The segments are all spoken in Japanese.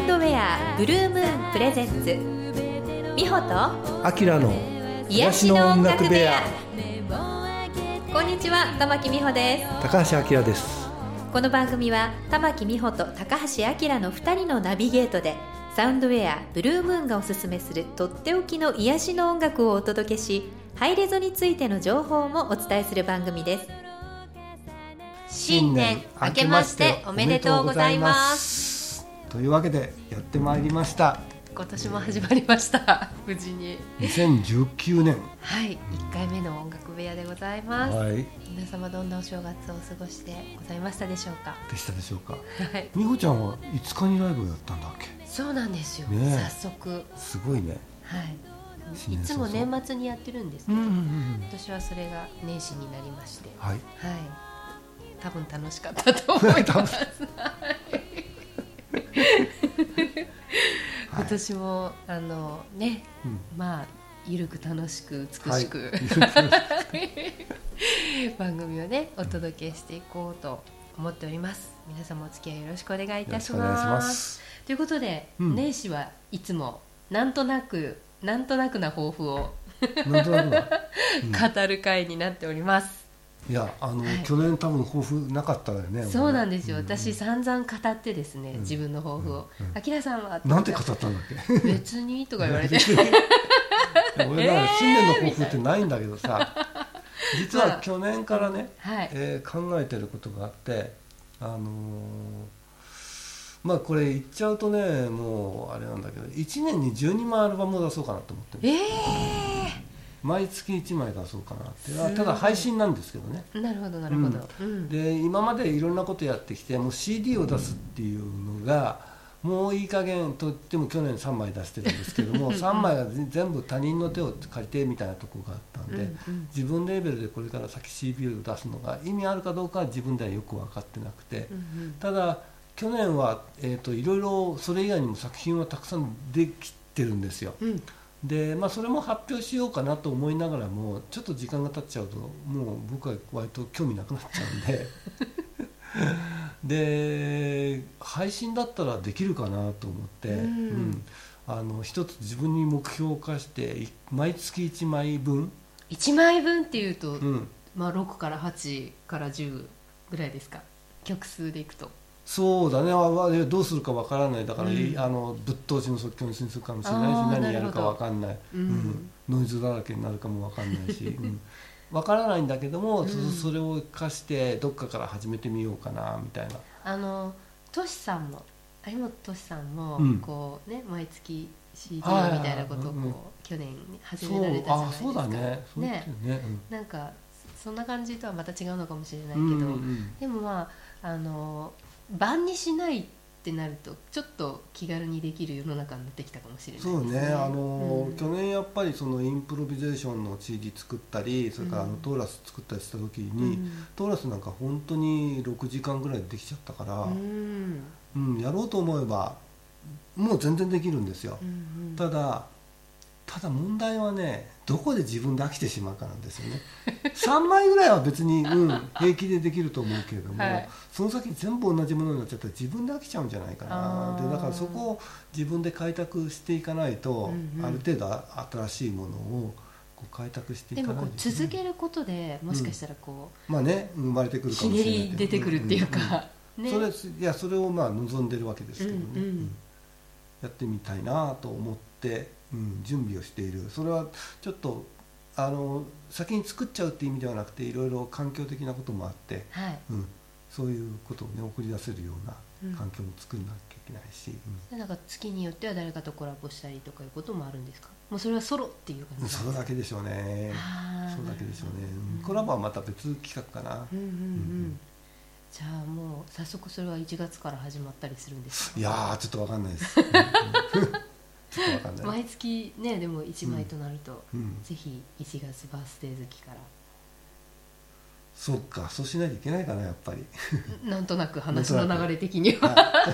ンドウェアブルームーンプレゼンツ美穂とアキラの癒しの音楽部屋。こんにちは、玉木美穂です。 高橋明です。 この番組は玉木美穂と高橋明の2人のナビゲートでサウンドウェアブルームーンがおすすめするとっておきの癒しの音楽をお届けし、ハイレゾについての情報もお伝えする番組です。新年明けましておめでとうございます。 というわけでやってまいりました。 今年も始まりました無事に 2019年、 はい、1回目の音楽部屋でございます、 はい、 皆様どんなお正月をお過ごしてございましたでしょうか。 でしたでしょうか。 はい、 美穂ちゃんは5日にライブをやったんだっけ。 そうなんですよ、 ね、 早速すごいね。 はい、いつも年末にやってるんですけど、今年はそれが年始になりまして、 はい、はい、 多分楽しかったと思います今年もね、まあゆるく楽しく美しく、はい、番組をねお届けしていこうと思っております。皆様お付き合いよろしくお願いいたします。ということで、年始はいつもなんとなくな抱負を語る会になっております。 いやはい、去年多分抱負なかったよね。 そうなんですよ、私散々語ってですね、自分の抱負を、あきらさんはなんて語ったんだっけ別にとか言われて俺ら新年の抱負ってないんだけどさ、実は去年からね、考えてることがあって、まあこれ言っちゃうとね、もうあれなんだけど、1年に12枚アルバムを出そうかなと思ってる。毎月1枚出そうかなって。ただ配信なんですけどね。 なるほどなるほど、 で今までいろんなことやってきて、もう CD を出すっていうのがもういい加減と言っても、去年3枚出してるんですけども3枚が全部他人の手を借りてみたいなところがあったんで、自分レベルでこれから先 CD を出すのが意味あるかどうかは自分ではよく分かってなくて、ただ去年はいろいろそれ以外にも作品はたくさんできてるんですよ。でそれも発表しようかなと思いながらも、ちょっと時間が経っちゃうともう僕は割と興味なくなっちゃうんでで配信だったらできるかなと思って、一つ自分に目標を課して毎月1枚分 1枚分っていうと、6から8から10ぐらいですか、曲数でいくと。そうだね、 どうするかわからない。だから、ぶっ通しの即興にするかもしれないし、何やるかわかんない、ノイズだらけになるかもわかんないし、わからないんだけども、それを生かしてどっかから始めてみようかなみたいな。 トシさんも有本トシさんも、こうね、毎月 CD みたいなことを去年始められたじゃないですか。 そうだね、 なんかそんな感じとはまた違うのかもしれないけど、でもまあ晩にしないってなるとちょっと気軽にできる世の中になってきたかもしれないですね。 そうね、去年やっぱりそのインプロビゼーションの CD 作ったり、それからトーラス作ったりした時に、トーラスなんか本当に6時間ぐらいでできちゃったから、やろうと思えばもう全然できるんですよ。ただ問題はね、どこで自分で飽きてしまうかなんですよね。3枚ぐらいは別に、平気でできると思うけれども、その先全部同じものになっちゃったら自分で飽きちゃうんじゃないかな。でだからそこを自分で開拓していかないと、ある程度新しいものを開拓していかないと。 でも続けることでもしかしたらまあね、生まれてくるかもしれないけど、 ひねり出てくるっていうか、 それを望んでるわけですけどね、やってみたいなと思って、準備をしている。それはちょっと先に作っちゃうっていう意味ではなくて、いろいろ環境的なこともあって、そういうことをね送り出せるような環境も作らなきゃいけないし、 なんか月によっては誰かとコラボしたりとかいうこともあるんですか。もうそれはソロっていう感じですか。 それだけでしょうね。そうだけでしょうね。コラボはまた別企画かな。じゃあもう早速それは1月から始まったりするんですか。 いやー、ちょっと分かんないです毎月ね、でも1枚となると、ぜひ1月バースデー月から。 そうか、そうしないといけないかな、やっぱりなんとなく話の流れ的には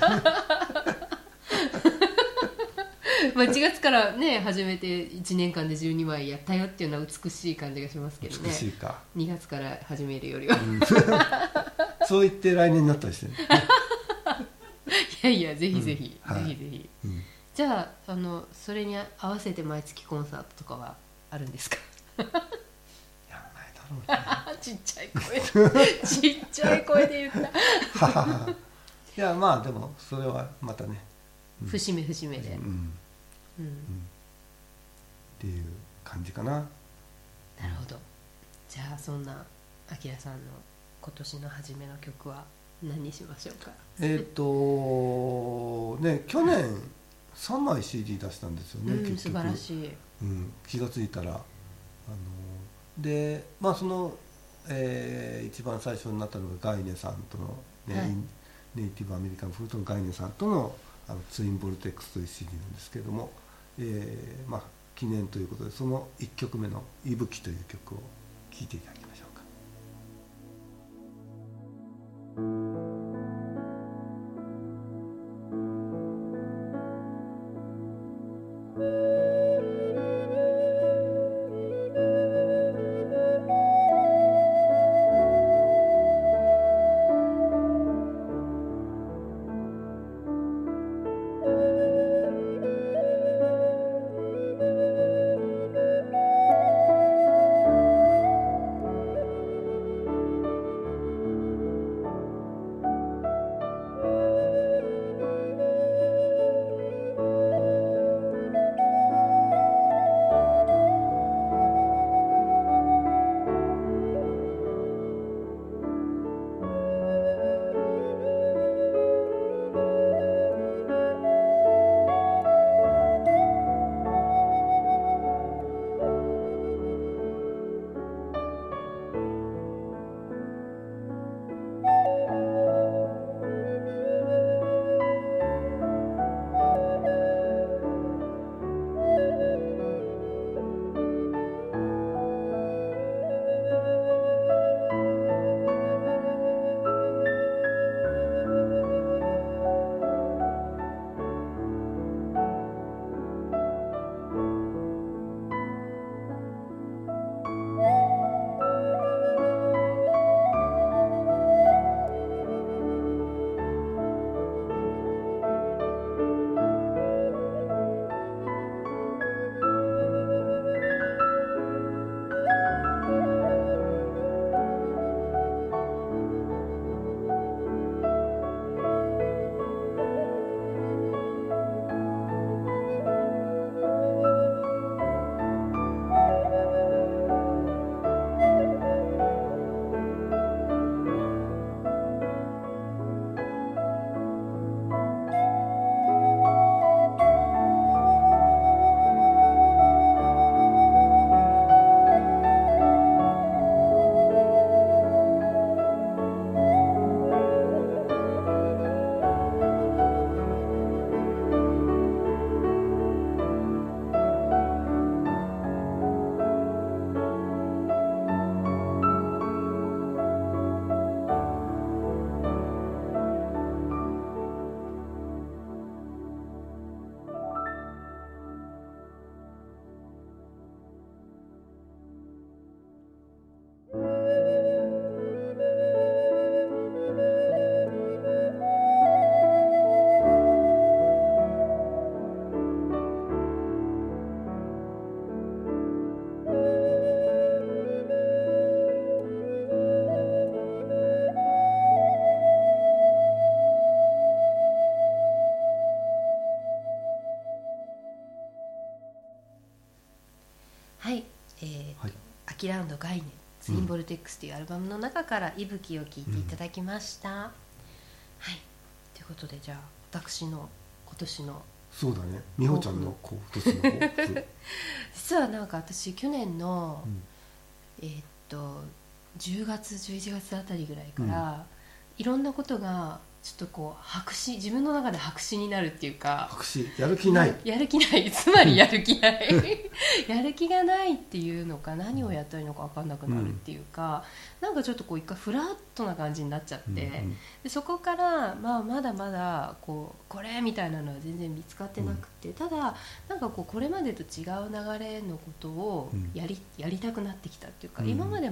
まあ1月からね始めて1年間で12枚やったよっていうのは美しい感じがしますけどね。 美しいか。 2月から始めるよりは、 そう言って来年になったりして、ね、 いやいやぜひぜひ、 はい、 ぜひぜひ、 うん、 じゃあそれに合わせて毎月コンサートとかはあるんですか？ やんないだろうねちっちゃい声でちっちゃい声で言ったいやまあでもそれはまたね、 うん、節目節目で、うんうん、 っていう感じかな。 なるほど。じゃあそんなあきらさんの今年の初めの曲は何にしましょうか？ ね、去年3枚 CD 出したんですよね、結局素晴らしい、 うん、気がついたらでまあその、一番最初になったのがガイネさんとの、ね、はい、ネイティブアメリカンフルートのガイネさんとのツインボルテックスという CD なんですけれども、まあ、記念ということでその1曲目の「いぶき」という曲を聴いていただきましょうか。 アキラウンド概念ツインボルテックスというアルバムの中から息吹を聴いていただきました、はい、ということでじゃあ私の今年のそうだね美穂ちゃんの今年の抱負実はなんか私去年の、10月11月あたりぐらいから、いろんなことがちょっとこう自分の中で白紙になるっていうか白紙やる気ないつまりやる気ないやる気がないっていうのか何をやったらいいのか分かんなくなるっていうか、なんかちょっとこう一回フラットな感じになっちゃって、でそこから、まだまだこれみたいなのは全然見つかってなくて、ただなんかこれまでと違う流れのことをやりたくなってきたっていうか、今まで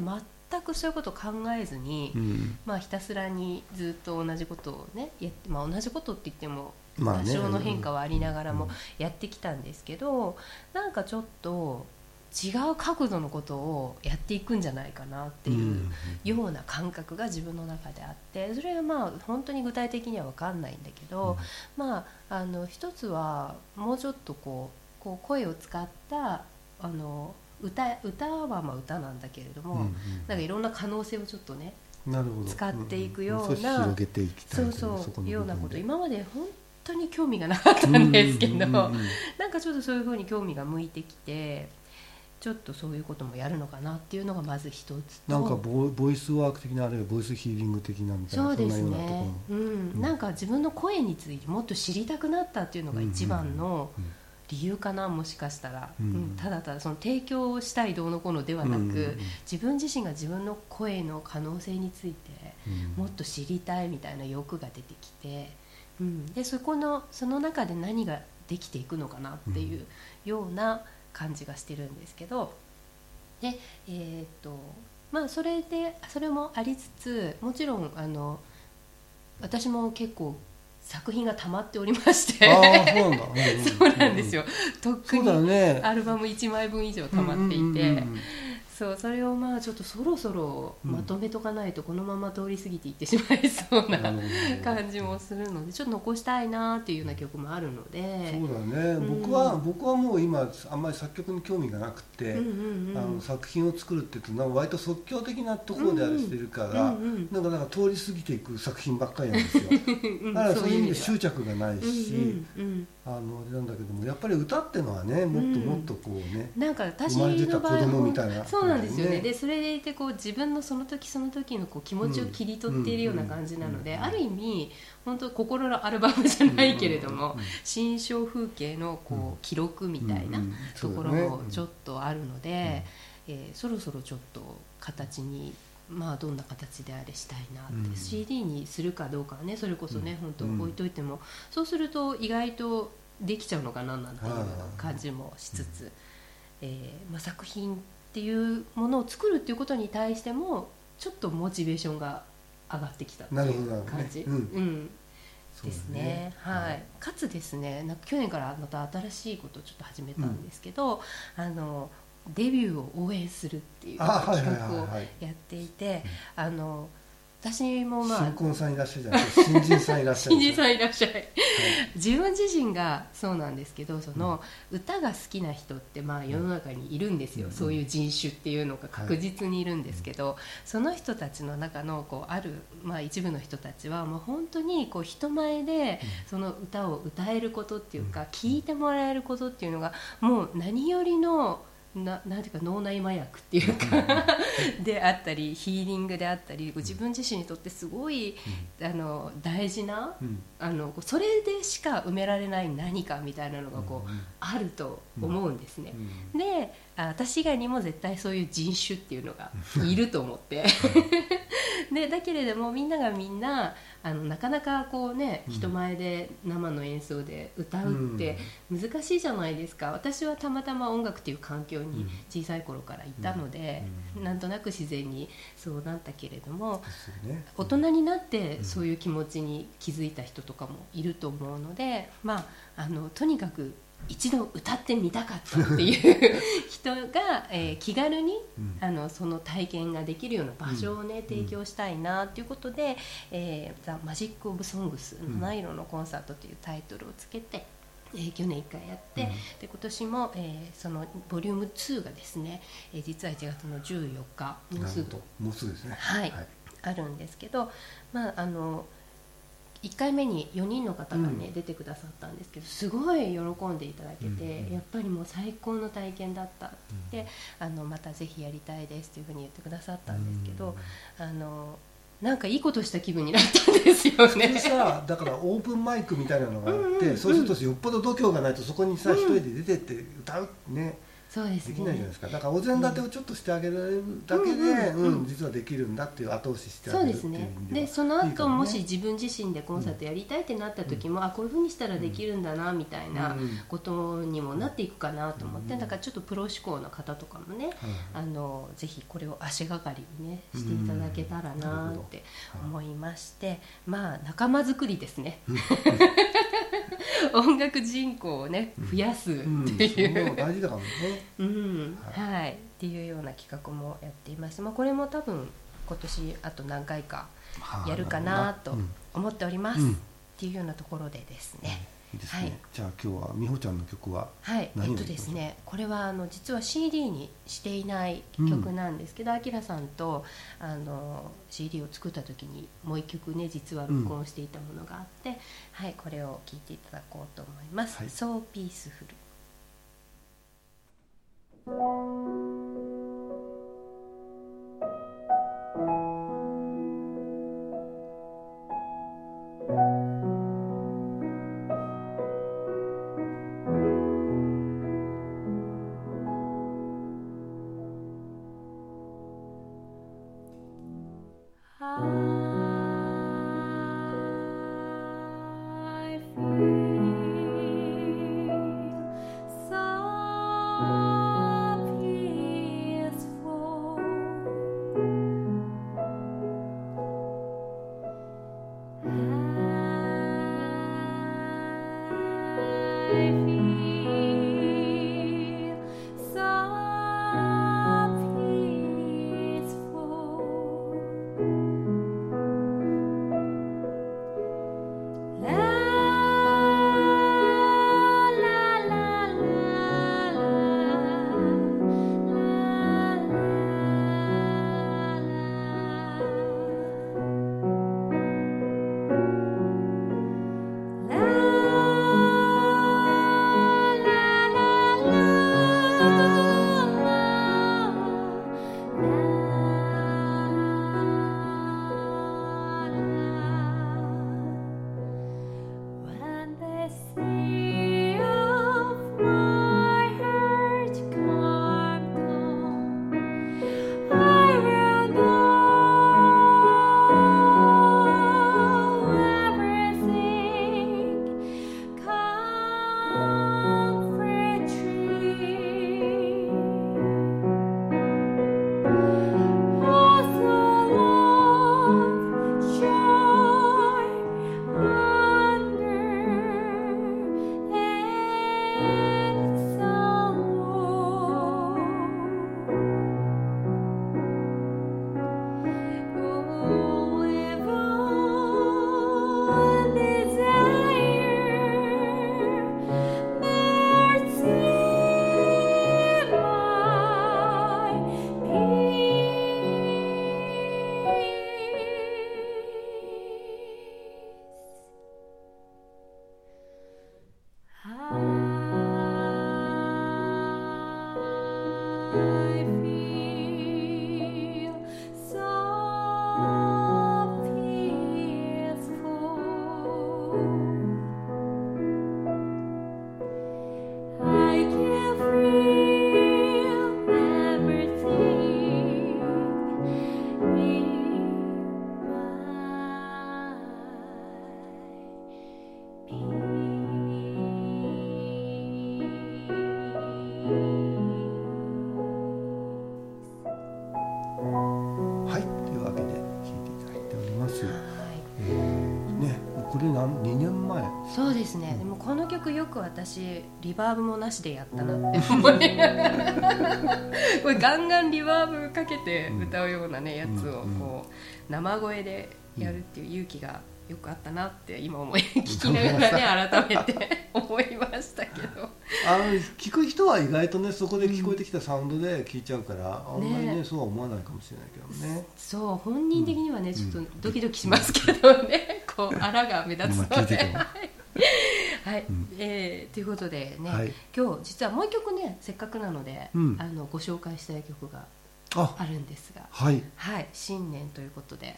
全くそういうことを考えずに、まあ、ひたすらにずっと同じことをねやって、まあ、同じことって言っても多少の変化はありながらもやってきたんですけど、なんかちょっと違う角度のことをやっていくんじゃないかなっていうような感覚が自分の中であって、それはまあ本当に具体的には分かんないんだけど、まあ一つはもうちょっとこう声を使った歌はまあ歌なんだけれども、なんかいろんな可能性をちょっとね使っていくような、 広げていきたいそうようなこと、今まで本当に興味がなかったんですけど、なんかちょっとそういう風に興味が向いてきて、ちょっとそういうこともやるのかなっていうのがまず一つと、 なんかボイスワーク的な、あるいはボイスヒーリング的なみたいな、 そうですね、 そんなようなところ、 なんか自分の声についてもっと知りたくなったっていうのが一番の理由かな、もしかしたら、ただただその提供をしたいどうのこうのではなく、自分自身が自分の声の可能性についてもっと知りたいみたいな欲が出てきて、でその中で何ができていくのかなっていうような感じがしてるんですけど、でまあそれもありつつ、もちろん私も結構作品が溜まっておりまして、そうなんですよ、とっくにアルバム1枚分以上溜まっていて、それをまあちょっとそろそろまとめとかないとこのまま通り過ぎていってしまいそうな感じもするので、ちょっと残したいなっていうような曲もあるので。 そうだね、僕はもう今あんまり作曲に興味がなくて、作品を作るって言うと割と即興的なところであれしてるから、なんか通り過ぎていく作品ばっかりなんですよだからそういう意味で執着がないし、あれなんだけども、やっぱり歌ってのはね、もっともっとこうね、 なんか私生まれてた子供みたいな、 そうなんですよね。でそれでいて自分のその時その時の気持ちを切り取っているような感じなので、ある意味本当心のアルバムじゃないけれども、心象風景の記録みたいなところもちょっとあるので、そろそろちょっと形に、まあどんな形であれしたいなって、CD にするかどうかはね、それこそね、本当置いといても、そうすると意外とできちゃうのかななんていう感じもしつつ、まあ、作品っていうものを作るっていうことに対してもちょっとモチベーションが上がってきたっていう感じですね。はい。かつですね、なんか去年からまた新しいことをちょっと始めたんですけど、デビューを応援するっていう企画をやっていて、私もまあ新婚さんいらっしゃるじゃないですか、新人さんいらっしゃる、 新人さんいらっしゃい、自分自身がそうなんですけど、その歌が好きな人ってまあ世の中にいるんですよ、そういう人種っていうのが確実にいるんですけど、その人たちの中のある、まあ、一部の人たちはもう本当に人前でその歌を歌えることっていうか、聴いてもらえることっていうのがもう何よりのなんていうか脳内麻薬っていうかであったり、ヒーリングであったり、自分自身にとってすごい大事な、それでしか埋められない何かみたいなのがあると思うんですね。で、私以外にも絶対そういう人種っていうのがいると思ってでだけれどもみんながみんななかなか人前で生の演奏で歌うって難しいじゃないですか。私はたまたま音楽っていう環境に小さい頃からいたので、なんとなく自然にそうなったけれども、大人になってそういう気持ちに気づいた人とかもいると思うので、まあ、とにかく一度歌ってみたかったっていう人が、気軽にその体験ができるような場所をね、提供したいなということで、ザ・マジック・オブ・ソングス七色のコンサートというタイトルをつけて、去年1回やって、で今年も、そのボリューム2がですね、実は1月の14日もうすぐですね、はい、あるんですけど、まあ1回目に4人の方がね、出てくださったんですけど、すごい喜んでいただけて、やっぱりもう最高の体験だったって言って、またぜひやりたいですというふうに言ってくださったんですけど、なんかいいことした気分になったんですよね。 普通さ、だからオープンマイクみたいなのがあって、そうするとよっぽど度胸がないとそこにさ、一人で出てって歌うね、 そうですね、 できないじゃないですか。だからお膳立てをちょっとしてあげられるだけで、実はできるんだっていう後押ししてあげるっていう意味では。 そうですね。でその後もし自分自身でコンサートやりたいってなった時も、こういう風にしたらできるんだなみたいなことにもなっていくかなと思って、だからちょっとプロ志向の方とかもね、ぜひこれを足がかりにねしていただけたらなって思いまして、まあ仲間作りですね。音楽人口をね増やすっていう、 大事だからね。 はい、っていうような企画もやっています。これも多分今年あと何回かやるかなと思っております、っていうようなところでですね。 いいですね。じゃあ今日は美穂ちゃんの曲は何をですね、これは実は CD にしていない曲なんですけど、あきらさんとCD を作った時にもう一曲ね実は録音していたものがあって、これを聴いていただこうと思います。So Peaceful。そうですね、でもこの曲よく私リバーブもなしでやったなって思いこれガンガンリバーブかけて歌うようなねやつをこう生声でやるっていう勇気がよくあったなって今聞きながらね改めて思いましたけど聞く人は意外とねそこで聞こえてきたサウンドで聞いちゃうから、あんまりねそうは思わないかもしれないけどね。 そう本人的にはねちょっとドキドキしますけどね、こうあらが目立つのではい、ということでね、今日実はもう一曲ねせっかくなので、ご紹介したい曲があるんですが、新年ということで、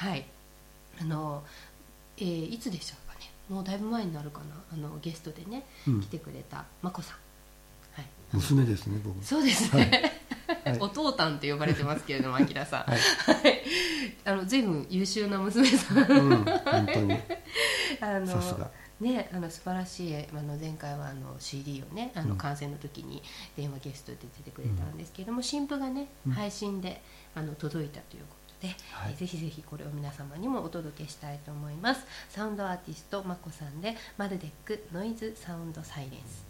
いつでしたかね、もうだいぶ前になるかな、ゲストでね、来てくれたまこさん、 娘ですね僕。 そうですね、はい、お父たんって呼ばれてますけれども、あきらさん、はい、随分優秀な娘さん、 本当にさすがね、素晴らしい前回はCD をね観戦の時に電話ゲストで出てくれたんですけれども、新譜がね配信で届いたということで、はい、ぜひぜひこれを皆様にもお届けしたいと思います。サウンドアーティストまこさんでマルデックノイズサウンドサイレンス。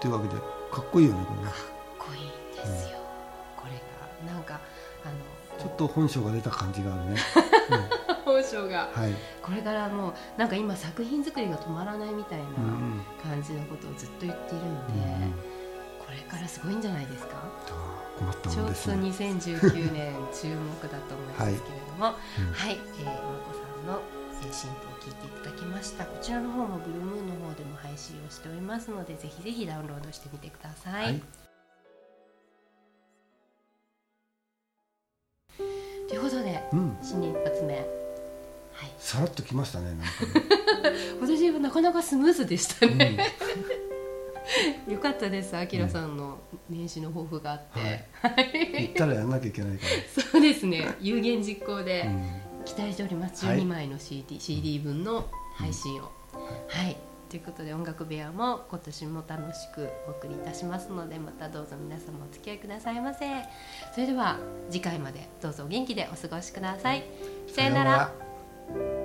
っていうわけでかっこいいよねこれね。 かっこいいですよ、これがなんかちょっと本性が出た感じがあるね、 本性が、 はい、 これからもうなんか今作品作りが止まらないみたいな感じのことをずっと言っているので、これからすごいんじゃないですか。 困ったものですね。 ちょっと2019年注目だと思いますけれども、はい、まこさんのシーンと聞いていただきました。こちらの方もブルームーンの方でも配信をしておりますので、ぜひぜひダウンロードしてみてください、はい、ということで、新年一発目、はい、 さらっときましたね。なんかね私はなかなかスムーズでしたね、よかったです。あきらさんの年始の抱負があって、 行ったらやんなきゃいけないからそうですね、有言実行で期待しております。12枚の CD 分の配信を、はい、ということで音楽部屋も今年も楽しくお送りいたしますので、またどうぞ皆様お付き合いくださいませ。それでは次回までどうぞお元気でお過ごしください。さよなら。